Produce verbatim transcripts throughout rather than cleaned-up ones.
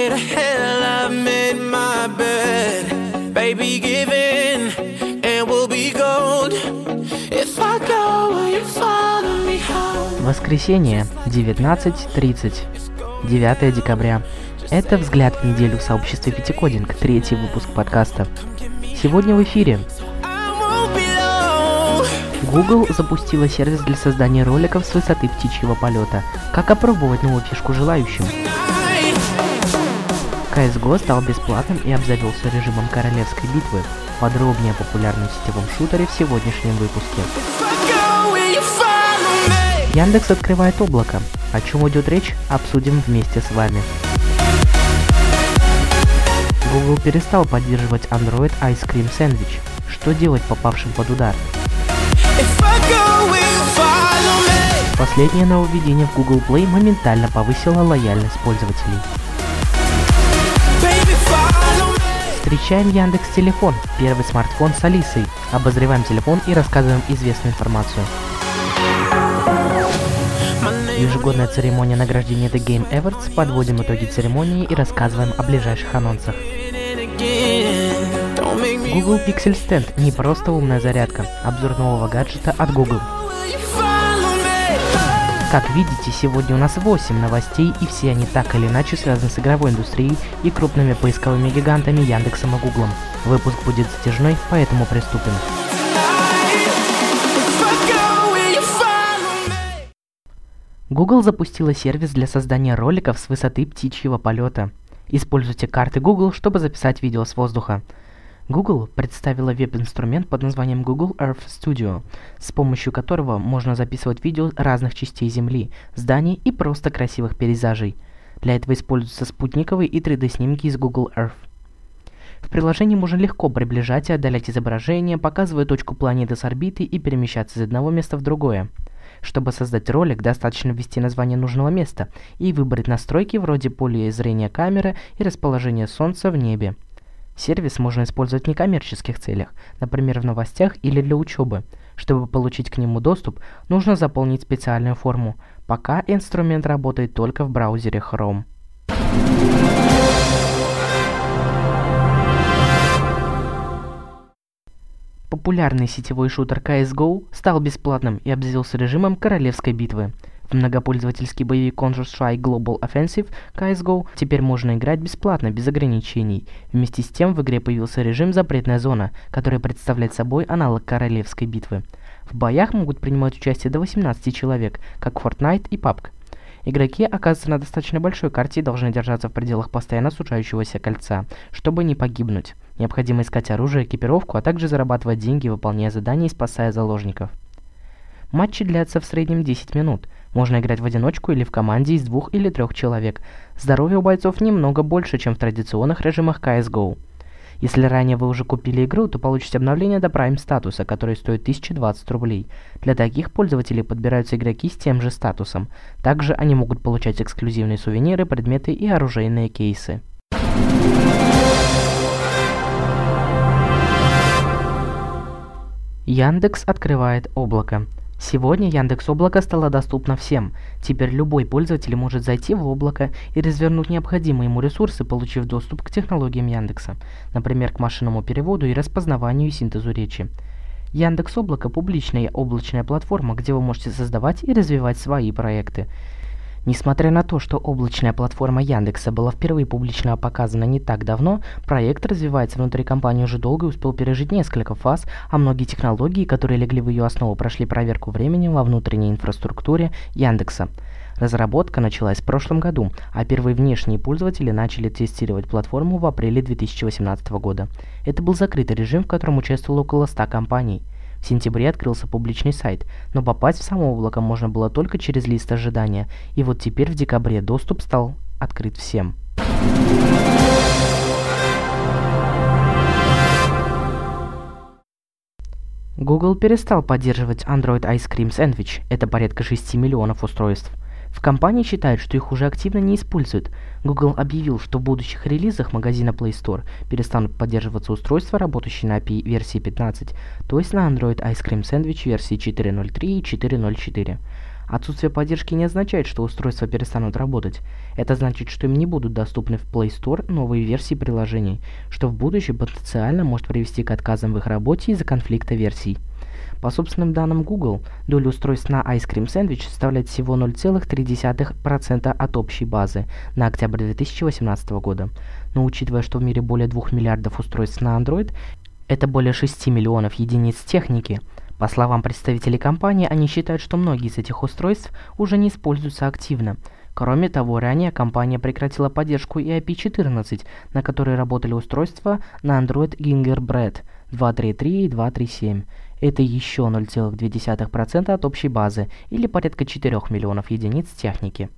where the hell I made my bed. Baby, give in and we'll be gold. If I go, will you follow me home? Воскресенье, девятнадцать тридцать, девятое декабря. Это «Взгляд в неделю» в сообществе Пятикодинг, третий выпуск подкаста. Сегодня в эфире. Google запустила сервис для создания роликов с высоты птичьего полета. Как опробовать новую фишку желающим? си эс го стал бесплатным и обзавелся режимом королевской битвы. Подробнее о популярном сетевом шутере в сегодняшнем выпуске. Яндекс открывает облако. О чем идет речь, обсудим вместе с вами. Google перестал поддерживать Android Ice Cream Sandwich. Что делать попавшим под удар? Последнее нововведение в Google Play моментально повысило лояльность пользователей. Встречаем Яндекс.Телефон, первый смартфон с Алисой. Обозреваем телефон и рассказываем известную информацию. Ежегодная церемония награждения The Game Awards. Подводим итоги церемонии и рассказываем о ближайших анонсах. Google Pixel Stand – не просто умная зарядка, обзор нового гаджета от Google. Как видите, сегодня у нас восемь новостей, и все они так или иначе связаны с игровой индустрией и крупными поисковыми гигантами Яндексом и Гуглом. Выпуск будет затяжной, поэтому приступим. Google запустила сервис для создания роликов с высоты птичьего полета. Используйте карты Google, чтобы записать видео с воздуха. Google представила веб-инструмент под названием Google Earth Studio, с помощью которого можно записывать видео разных частей Земли, зданий и просто красивых пейзажей. Для этого используются спутниковые и три дэ-снимки из Google Earth. В приложении можно легко приближать и отдалять изображение, показывая точку планеты с орбиты и перемещаться из одного места в другое. Чтобы создать ролик, достаточно ввести название нужного места и выбрать настройки вроде поля зрения камеры и расположения Солнца в небе. Сервис можно использовать в некоммерческих целях, например, в новостях или для учебы. Чтобы получить к нему доступ, нужно заполнить специальную форму. Пока инструмент работает только в браузере Chrome. Популярный сетевой шутер си эс го стал бесплатным и обзавелся режимом королевской битвы. В многопользовательский боевик Counter-Strike Global Offensive си эс го теперь можно играть бесплатно, без ограничений. Вместе с тем в игре появился режим «Запретная зона», который представляет собой аналог королевской битвы. В боях могут принимать участие до восемнадцати человек, как Fortnite и пабг. Игроки оказываются на достаточно большой карте и должны держаться в пределах постоянно сужающегося кольца, чтобы не погибнуть. Необходимо искать оружие, экипировку, а также зарабатывать деньги, выполняя задания и спасая заложников. Матчи длятся в среднем десять минут. Можно играть в одиночку или в команде из двух или трех человек. Здоровье у бойцов немного больше, чем в традиционных режимах си эс го. Если ранее вы уже купили игру, то получите обновление до Prime статуса, который стоит тысяча двадцать рублей. Для таких пользователей подбираются игроки с тем же статусом. Также они могут получать эксклюзивные сувениры, предметы и оружейные кейсы. Яндекс открывает облако. Сегодня Яндекс.Облако стало доступно всем. Теперь любой пользователь может зайти в облако и развернуть необходимые ему ресурсы, получив доступ к технологиям Яндекса, например, к машинному переводу и распознаванию и синтезу речи. Яндекс.Облако – публичная облачная платформа, где вы можете создавать и развивать свои проекты. Несмотря на то, что облачная платформа Яндекса была впервые публично показана не так давно, проект развивается внутри компании уже долго и успел пережить несколько фаз, а многие технологии, которые легли в ее основу, прошли проверку временем во внутренней инфраструктуре Яндекса. Разработка началась в прошлом году, а первые внешние пользователи начали тестировать платформу в апреле две тысячи восемнадцатого года. Это был закрытый режим, в котором участвовало около ста компаний. В сентябре открылся публичный сайт, но попасть в само облако можно было только через лист ожидания, и вот теперь в декабре доступ стал открыт всем. Google перестал поддерживать Android Ice Cream Sandwich, это порядка шести миллионов устройств. В компании считают, что их уже активно не используют. Google объявил, что в будущих релизах магазина Play Store перестанут поддерживаться устройства, работающие на эй пи ай версии пятнадцать, то есть на Android Ice Cream Sandwich версии четыре ноль три и четыре ноль четыре. Отсутствие поддержки не означает, что устройства перестанут работать. Это значит, что им не будут доступны в Play Store новые версии приложений, что в будущем потенциально может привести к отказам в их работе из-за конфликта версий. По собственным данным Google, доля устройств на Ice Cream Sandwich составляет всего ноль целых три десятых процента от общей базы на октябрь две тысячи восемнадцатого года. Но учитывая, что в мире более двух миллиардов устройств на Android, это более шести миллионов единиц техники. По словам представителей компании, они считают, что многие из этих устройств уже не используются активно. Кроме того, ранее компания прекратила поддержку и ай пи четырнадцать, на которой работали устройства на Android Gingerbread два точка три точка три и два точка три точка семь. Это еще ноль целых две десятых процента от общей базы, или порядка четырёх миллионов единиц техники.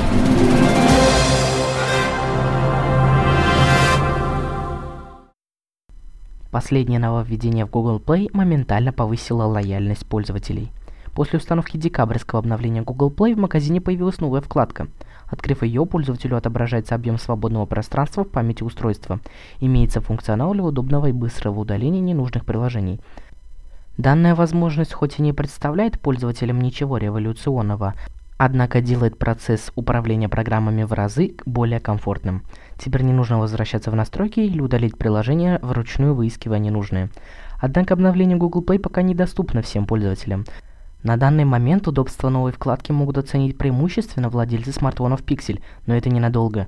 Последнее нововведение в Google Play моментально повысило лояльность пользователей. После установки декабрьского обновления Google Play в магазине появилась новая вкладка. Открыв ее, пользователю отображается объем свободного пространства в памяти устройства. Имеется функционал для удобного и быстрого удаления ненужных приложений. Данная возможность хоть и не представляет пользователям ничего революционного, однако делает процесс управления программами в разы более комфортным. Теперь не нужно возвращаться в настройки или удалить приложение, вручную выискивая ненужные. Однако обновление Google Play пока недоступно всем пользователям. На данный момент удобство новой вкладки могут оценить преимущественно владельцы смартфонов Pixel, но это ненадолго.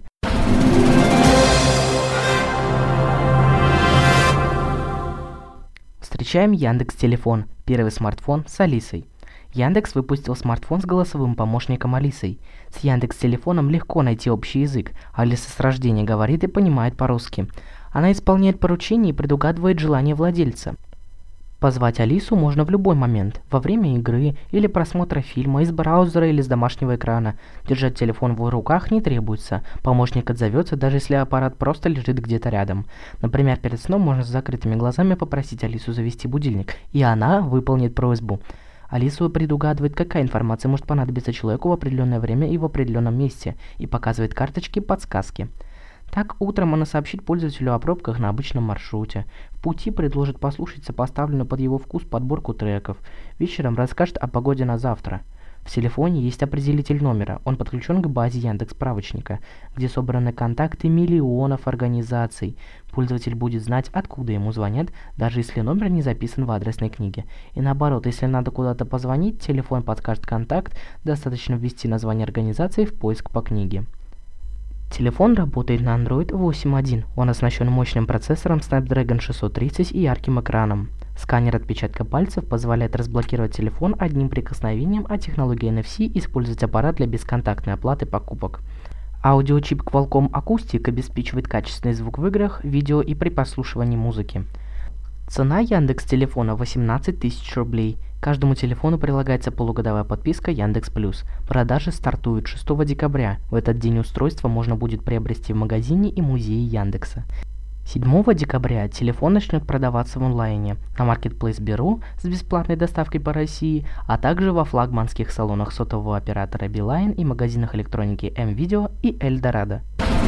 Встречаем Яндекс.Телефон, первый смартфон с Алисой. Яндекс выпустил смартфон с голосовым помощником Алисой. С Яндекс.Телефоном легко найти общий язык. Алиса с рождения говорит и понимает по-русски. Она исполняет поручения и предугадывает желания владельца. Позвать Алису можно в любой момент, во время игры или просмотра фильма, из браузера или с домашнего экрана. Держать телефон в руках не требуется. Помощник отзовется, даже если аппарат просто лежит где-то рядом. Например, перед сном можно с закрытыми глазами попросить Алису завести будильник, и она выполнит просьбу. Алиса предугадывает, какая информация может понадобиться человеку в определенное время и в определенном месте, и показывает карточки-подсказки. Так, утром она сообщит пользователю о пробках на обычном маршруте. В пути предложит послушать сопоставленную под его вкус подборку треков. Вечером расскажет о погоде на завтра. В телефоне есть определитель номера. Он подключен к базе Яндекс.Справочника, где собраны контакты миллионов организаций. Пользователь будет знать, откуда ему звонят, даже если номер не записан в адресной книге. И наоборот, если надо куда-то позвонить, телефон подскажет контакт, достаточно ввести название организации в поиск по книге. Телефон работает на Android восемь точка один. Он оснащен мощным процессором Snapdragon шестьсот тридцать и ярким экраном. Сканер отпечатка пальцев позволяет разблокировать телефон одним прикосновением, а технология эн эф си использует аппарат для бесконтактной оплаты покупок. Аудиочип Qualcomm Acoustic обеспечивает качественный звук в играх, видео и при прослушивании музыки. Цена Яндекс.Телефона восемнадцать тысяч рублей. Каждому телефону прилагается полугодовая подписка Яндекс Плюс. Продажи стартуют шестого декабря. В этот день устройство можно будет приобрести в магазине и музее Яндекса. седьмого декабря телефон начнет продаваться в онлайне на Marketplace Беру с бесплатной доставкой по России, а также во флагманских салонах сотового оператора Билайн и магазинах электроники М-Видео и Эльдорадо.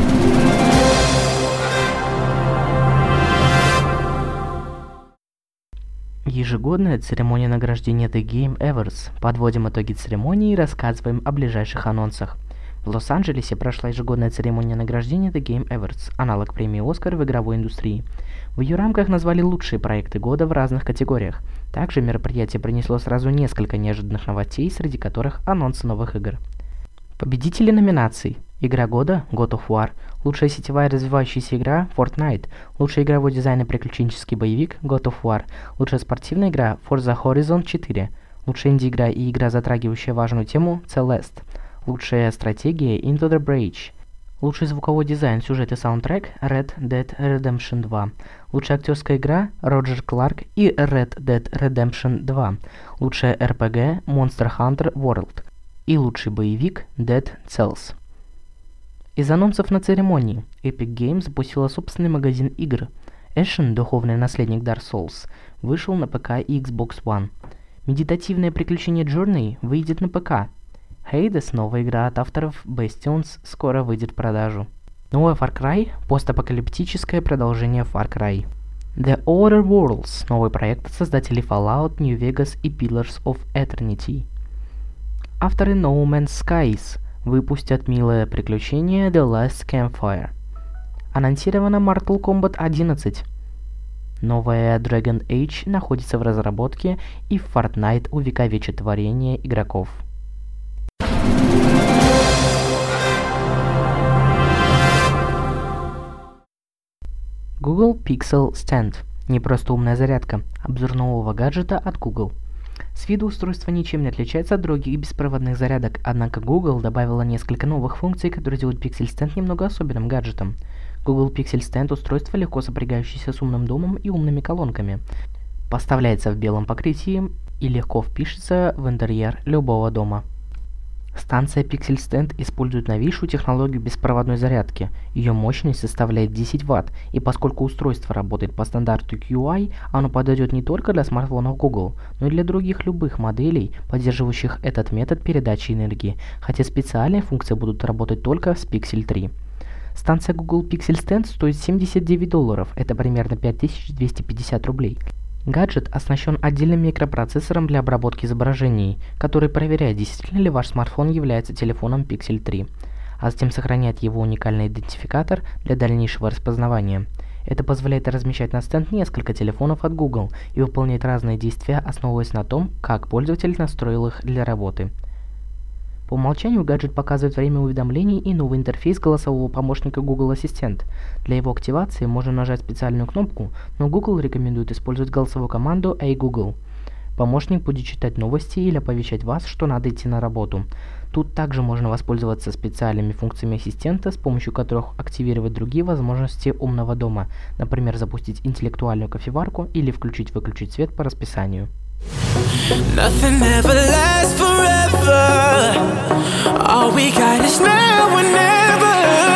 Ежегодная церемония награждения The Game Awards. Подводим итоги церемонии и рассказываем о ближайших анонсах. В Лос-Анджелесе прошла ежегодная церемония награждения The Game Awards, аналог премии «Оскар» в игровой индустрии. В ее рамках назвали лучшие проекты года в разных категориях. Также мероприятие принесло сразу несколько неожиданных новостей, среди которых анонсы новых игр. Победители номинаций: Игра года – God of War, лучшая сетевая развивающаяся игра – Fortnite, лучший игровой дизайн и приключенческий боевик – God of War, лучшая спортивная игра – Forza Horizon четыре, лучшая инди-игра и игра, затрагивающая важную тему – Celeste, лучшая стратегия – Into the Breach, лучший звуковой дизайн, сюжет и саундтрек – Red Dead Redemption два, лучшая актерская игра – Роджер Кларк и Red Dead Redemption два, лучшая эр пи джи – Monster Hunter World и лучший боевик – Dead Cells. Из анонсов на церемонии Epic Games запустила собственный магазин игр. Ashen, духовный наследник Dark Souls, вышел на ПК и Xbox One. Медитативное приключение Journey выйдет на ПК. Hades, новая игра от авторов Bastions, скоро выйдет в продажу. Новая Far Cry – постапокалиптическое продолжение Far Cry. The Outer Worlds – новый проект от создателей Fallout, New Vegas и Pillars of Eternity. Авторы No Man's Skies выпустят милое приключение The Last Campfire. Анонсировано Mortal Kombat одиннадцать. Новая Dragon Age находится в разработке, и Fortnite увековечит творение игроков. Google Pixel Stand. Не просто умная зарядка. Обзор нового гаджета от Google. С виду устройство ничем не отличается от других беспроводных зарядок, однако Google добавила несколько новых функций, которые делают Pixel Stand немного особенным гаджетом. Google Pixel Stand – устройство, легко сопрягающееся с умным домом и умными колонками. Поставляется в белом покрытии и легко впишется в интерьер любого дома. Станция Pixel Stand использует новейшую технологию беспроводной зарядки. Ее мощность составляет десять ватт, и поскольку устройство работает по стандарту кью ай, оно подойдет не только для смартфонов Google, но и для других любых моделей, поддерживающих этот метод передачи энергии, хотя специальные функции будут работать только с Pixel три. Станция Google Pixel Stand стоит семьдесят девять долларов, это примерно пять тысяч двести пятьдесят рублей. Гаджет оснащен отдельным микропроцессором для обработки изображений, который проверяет, действительно ли ваш смартфон является телефоном Pixel три, а затем сохраняет его уникальный идентификатор для дальнейшего распознавания. Это позволяет размещать на стенд несколько телефонов от Google и выполнять разные действия, основываясь на том, как пользователь настроил их для работы. По умолчанию гаджет показывает время уведомлений и новый интерфейс голосового помощника Google Ассистент. Для его активации можно нажать специальную кнопку, но Google рекомендует использовать голосовую команду «Эй, Google». Помощник будет читать новости или оповещать вас, что надо идти на работу. Тут также можно воспользоваться специальными функциями ассистента, с помощью которых активировать другие возможности умного дома, например, запустить интеллектуальную кофеварку или включить-выключить свет по расписанию. Nothing ever lasts forever. All we got is now and never.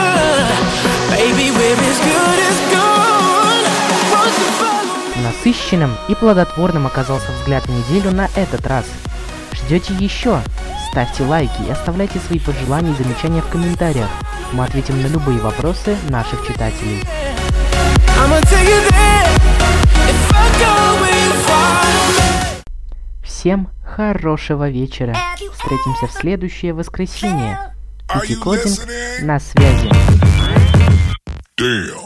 Baby, we're as good as gold. Won't you follow me? Насыщенным и плодотворным оказался взгляд на неделю на этот раз. Ждете еще? Ставьте лайки и оставляйте свои пожелания и замечания в комментариях. Мы ответим на любые вопросы наших читателей. I'ma take you there. If I go where you follow me. Всем хорошего вечера. Встретимся в следующее воскресенье. Кити Кодинг на связи. Damn.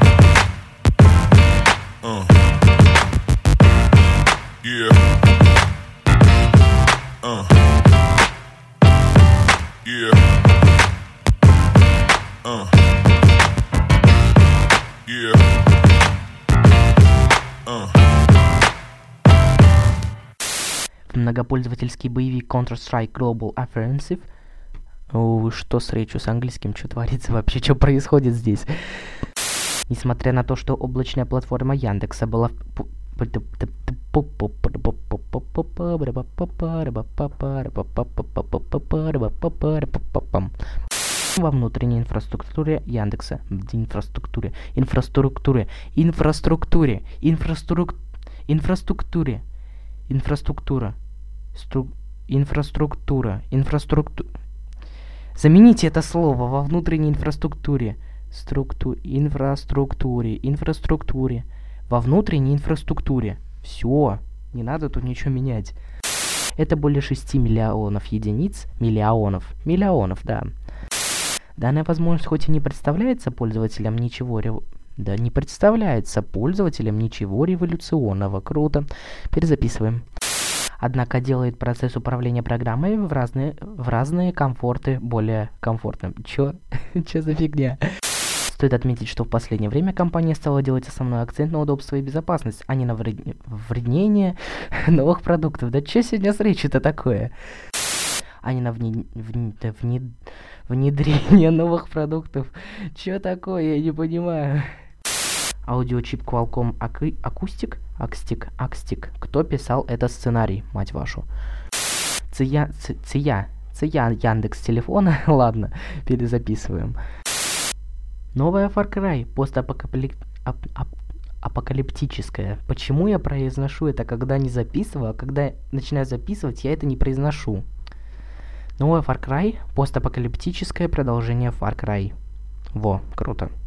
Uh. Yeah. Uh. Yeah. Uh. Yeah. Uh. Многопользовательский боевик Counter-Strike Global Offensive. О, что с речью с английским? Что творится вообще? Что происходит здесь? Несмотря на то, что облачная платформа Яндекса была во внутренней инфраструктуре Яндекса, в инфраструктуре, инфраструктуре, инфраструктуре, инфраструктуре, инфраструктуре, инфраструктура, стру... инфраструктура, инфраструктура. Замените это слово во внутренней инфраструктуре, структу... инфраструктуре, инфраструктуре, во внутренней инфраструктуре. Все, не надо тут ничего менять. Это более шести миллионов единиц, миллионов, миллионов, да. Данная возможность хоть и не представляется пользователям ничего рев... Да, не представляется пользователям ничего революционного. Круто. Перезаписываем. Однако делает процесс управления программой в разные, в разные комфорты более комфортным. Чё? Чё за фигня? Стоит отметить, что в последнее время компания стала делать основной акцент на удобство и безопасность, а не на вред... вреднение новых продуктов. Да чё сегодня с речью-то такое? А не на вне... Вне... Вне... внедрение новых продуктов. Чё такое? Я не понимаю. Аудиочип Qualcomm Acu... Acoustic? Акстик, Акстик. Кто писал этот сценарий, мать вашу? Ция... Ция... Ция... Яндекс телефона? Ладно, перезаписываем. Новая Far Cry, постапокалип... ап... ап... апокалиптическая. Почему я произношу это, когда не записываю, а когда начинаю записывать, я это не произношу? Новая Far Cry, постапокалиптическое продолжение Far Cry. Во, круто.